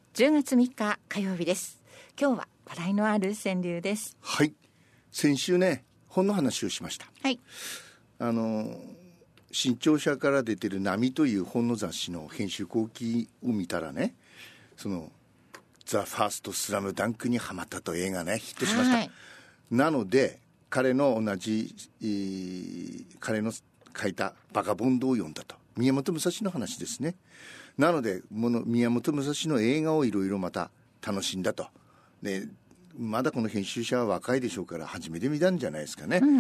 10月3日火曜日です。今日は笑いのある川柳です。 はい、先週ね本の話をしました。 はい、 新潮社から出てる波という本の雑誌の編集後期を見たらね、そのザ・ファーストスラムダンクにハマったと映画ねヒットしました。なので彼の書いたバカボンドを読んだと。宮本武蔵の話ですね。なので宮本武蔵の映画をいろいろまた楽しんだと。でまだこの編集者は若いでしょうから初めて見たんじゃないですかね。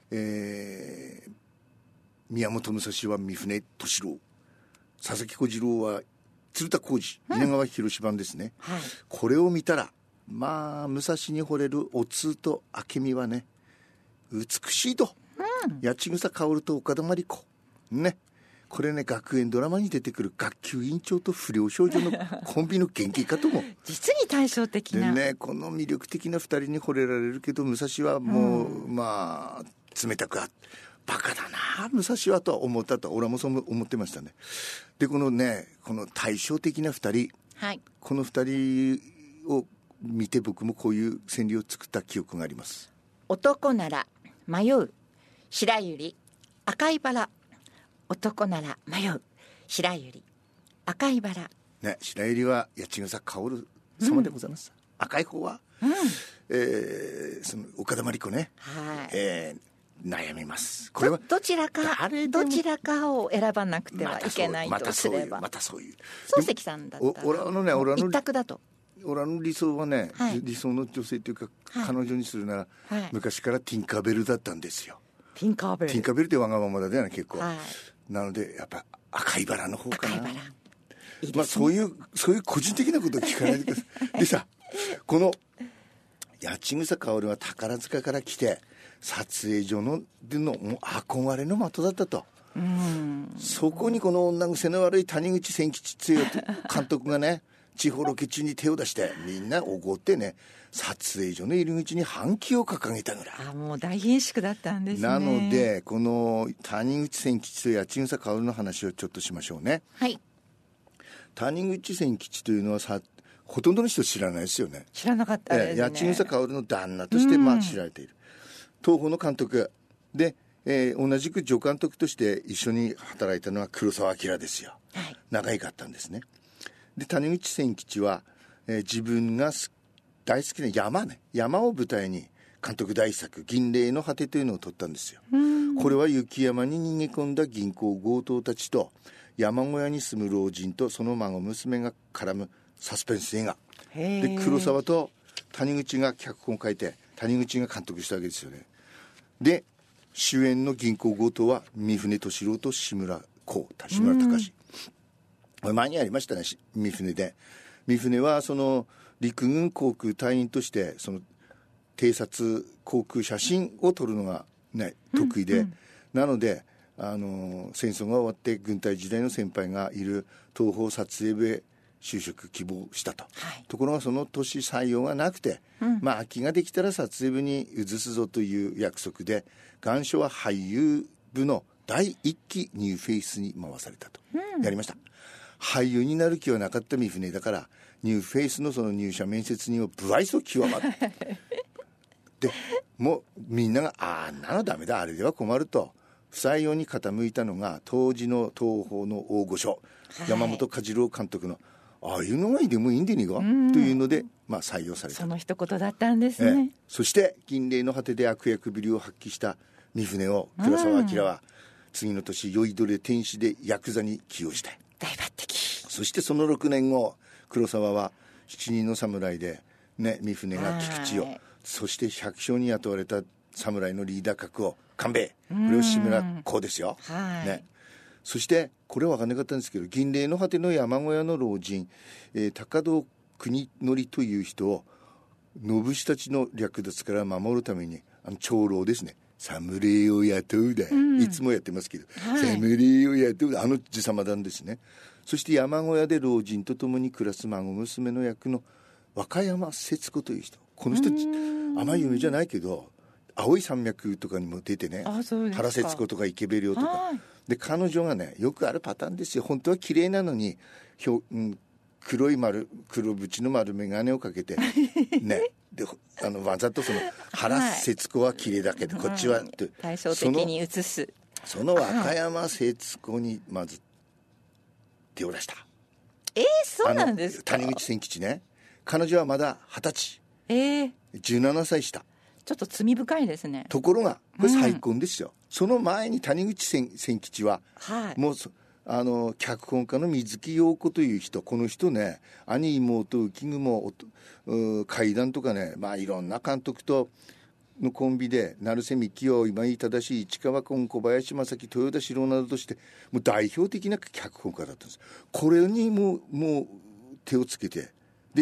宮本武蔵は三船敏郎、佐々木小次郎は鶴田浩二、稲川博版ですね。これを見たらまあ武蔵に惚れるお通と明美はね美しいと、八千草薫と岡田真理子ね、これね学園ドラマに出てくる学級委員長と不良少女のコンビの原型かとも実に対照的なでね、この魅力的な2人に惚れられるけど武蔵はもう、まあ冷たくバカだな武蔵はとは思ったと。俺もそう思ってましたね。でこの対照的な2人、この2人を見て僕もこういう川柳を作った記憶があります。 男なら迷う白百合赤いバラ、男なら迷う白百合赤いバラね、白百合は八千草薫様でございます。赤い方は、その岡田真理子ね、悩みます。これはどちらかを選ばなくてはいけないとすれば、 またそういう漱石さんだったら一択だと。 俺の理想はね、理想の女性というか、彼女にするなら、昔からティンカーベルだったんですよ。 ティンカーベルってわがままだよね結構、なのでやっぱ赤いバラの方かな。いいですね。まあそういう個人的なことを聞かないでください。でさ、この八千草薫は宝塚から来て撮影所でのもう憧れの的だったと。そこにこの女癖の悪い谷口千吉という監督がね地方ロケ中に手を出してみんなおごってね撮影所の入り口に半旗を掲げたぐらい。 もう大貧縮だったんですね。 なのでこの谷口千吉と八千草薫の話をちょっとしましょうね。谷口千吉というのはほとんどの人知らないですよね。 知らなかったですね。 八千草薫の旦那として知られている東宝の監督で、同じく助監督として一緒に働いたのは黒澤明ですよ。仲良かったんですね。で谷口千吉は、自分が大好きな山を舞台に監督第一作銀嶺の果てというのを撮ったんですよ。これは雪山に逃げ込んだ銀行強盗たちと山小屋に住む老人とその孫娘が絡むサスペンス映画で、黒沢と谷口が脚本を書いて谷口が監督したわけですよね。で主演の銀行強盗は三船敏郎と志村隆。前にありましたね。三船はその陸軍航空隊員としてその偵察航空写真を撮るのが、得意で、なので戦争が終わって軍隊時代の先輩がいる東宝撮影部へ就職希望したと、ところがその年採用がなくて、空きができたら撮影部に移すぞという約束で願書は俳優部の第一期ニューフェイスに回されたと、やりました。俳優になる気はなかった三船だからニューフェイスのその入社面接には不愛想極まってでもうみんながあんなのダメだ、あれでは困ると不採用に傾いたのが当時の東宝の大御所、山本梶郎監督のああいうのがいいでもいいんでねが、というので、採用された。 その一言だったんですね。 そして銀嶺の果てで悪役ぶりを発揮した三船を黒澤明は次の年酔いどれ天使でヤクザに起用した。 大抜擢。 そしてその6年後黒澤は七人の侍で、三船が菊池を、そして百姓に雇われた侍のリーダー格を官兵衛、これを志村公ですよ、そしてこれは分かんなかったんですけど銀嶺の果ての山小屋の老人、高戸国則という人を信氏たちの略奪から守るために長老ですね、侍を雇うだ、いつもやってますけど、侍を雇うだ、爺様なんですね。そして山小屋で老人と共に暮らす孫娘の役の若山節子という人、この人あまり有名じゃないけど青い山脈とかにも出てね、原節子とか池部良とかで、彼女がねよくあるパターンですよ。本当は綺麗なのに黒縁の丸眼鏡をかけてねでわざとその原節子は綺麗だけど、こっちは対照的に映すその若山節子にまず手を出した。 そうなんですか。 谷口千吉ね、彼女はまだ20歳、17歳下。 ちょっと罪深いですね。 ところがこれ再婚ですよ、その前に谷口千吉は、もう脚本家の水木陽子という人、この人ね、兄妹浮雲怪談とかね、いろんな監督とのコンビで成瀬幹雄、今井正市川崑、小林正樹、豊田史郎などとしてもう代表的な脚本家だったんです。これにもう手をつけてで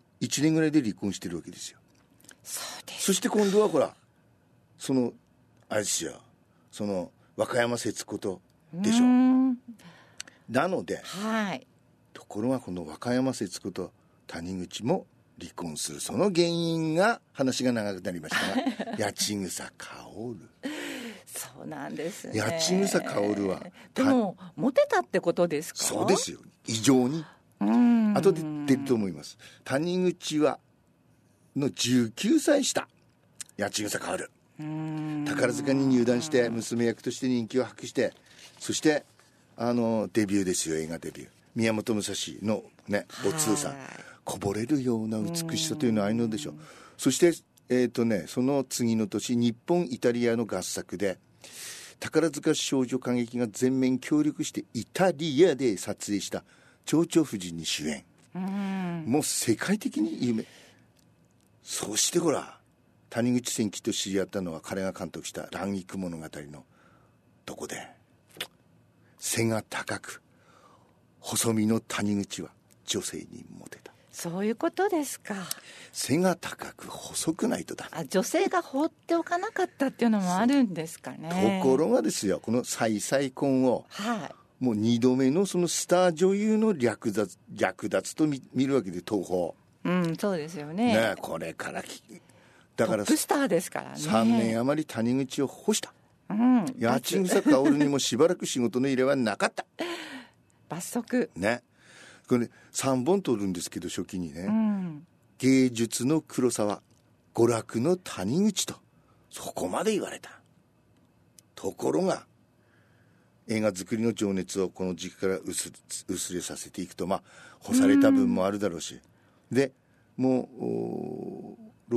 1年ぐらいで離婚してるわけですよ。 そうです。 そして今度はほらそのあれですよ、その若山節子とでしょ。なので、ところがこの若山節子と谷口も離婚する、その原因が話が長くなりましたが八千草薫。 そうなんですね。 八千草薫はでもモテたってことですか。 そうですよ、異常に。後で出ると思います。谷口はの19歳下八千草薫、宝塚に入団して娘役として人気を博して、そしてデビューですよ、映画デビュー。宮本武蔵のねお通さん、こぼれるような美しさというのはああいうのでしょう。そしてその次の年、日本イタリアの合作で宝塚少女歌劇が全面協力してイタリアで撮影した蝶々夫人に主演。もう世界的に有名。そしてほら谷口千吉と知り合ったのは彼が監督した乱菊物語のとこで、背が高く細身の谷口は女性にモテた。 そういうことですか。 背が高く細くないとだ。 女性が放っておかなかったっていうのもあるんですかね。 ところがですよ、この再婚を、もう2度目のそのスター女優の略奪と 見るわけで、東宝。 そうですよね。 これからだからトップスターですからね。 3年余り谷口を干した。八千草薫にもしばらく仕事の入れはなかった。 罰則ね。これ3本取るんですけど、初期にね、芸術の黒沢、娯楽の谷口とそこまで言われた。ところが映画作りの情熱をこの時期から薄れさせていくと、干された分もあるだろうし、でもう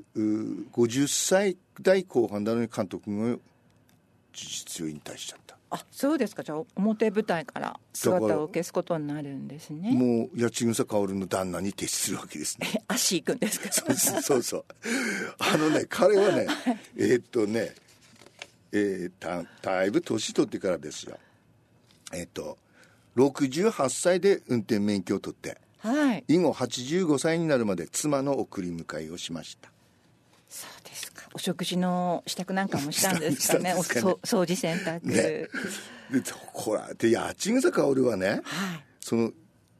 50歳代後半なのに監督が事実を引退しちゃった。 そうですか。じゃあ表舞台から姿を消すことになるんですね。 もう八千草薫の旦那に徹するわけですね。 足行くんですか。 そう彼はねだいぶ年取ってからですよ。68歳で運転免許を取って、以後85歳になるまで妻の送り迎えをしました。 そうですか。お食事の支度なんかもしたんですかね。お掃除洗濯でほらで八千草薫はね、その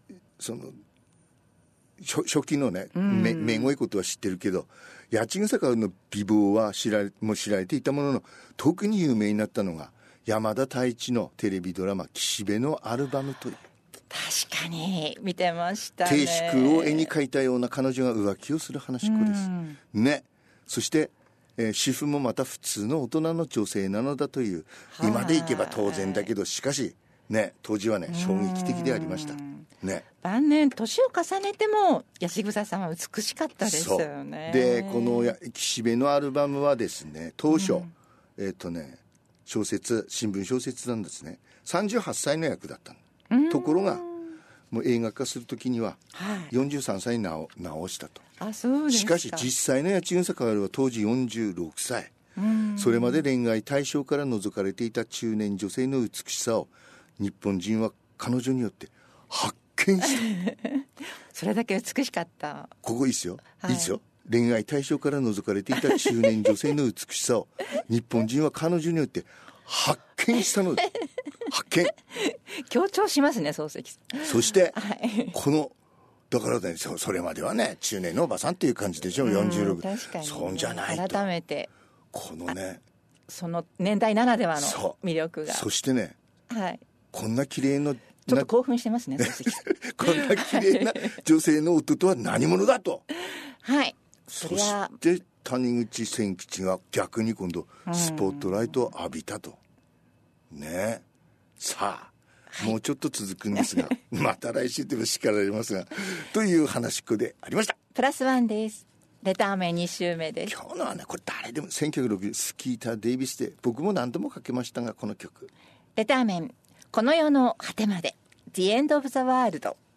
初期のね、めごいことは知ってるけど、八千草薫の美貌は知られていたものの、特に有名になったのが山田太一のテレビドラマ岸辺のアルバムという。 確かに見てましたね。 定宿を絵に描いたような彼女が浮気をする話っ子ですね。そして主婦もまた普通の大人の女性なのだという、今でいけば当然だけど、しかしね、当時はね衝撃的でありましたね。 晩年年を重ねても八千草さんは美しかったですよね。 でこの岸辺のアルバムはですね、当初、小説、新聞小説なんですね。38歳の役だったの。ところがもう映画化するときには43歳に直したと。 そうですか。 しかし実際の八千草薫は当時46歳。それまで恋愛対象から除かれていた中年女性の美しさを日本人は彼女によって発見したそれだけ美しかった。 ここいいですよ、いいですよ。恋愛対象から除かれていた中年女性の美しさを日本人は彼女によって発見したのです。発見強調しますね、漱石。 そして、このだからね、それまではね中年のおばさんっていう感じでしょ、46。 確かに、 そうじゃないと。 改めてこのね、 その年代ならではの魅力が。 そしてね、こんな綺麗のちょっと興奮してますねこんな綺麗な女性の夫とは何者だとはい。 そして谷口千吉が逆に今度スポットライトを浴びたとね。さあ、はい、もうちょっと続くんですがまた来週でも叱られますがという話っこでありました。 プラスワンです。レターメン2週目です。 今日のはね、これ誰でも1960スキーター・デイビスで僕も何度もかけましたが、この曲レターメンこの世の果てまで The End of the World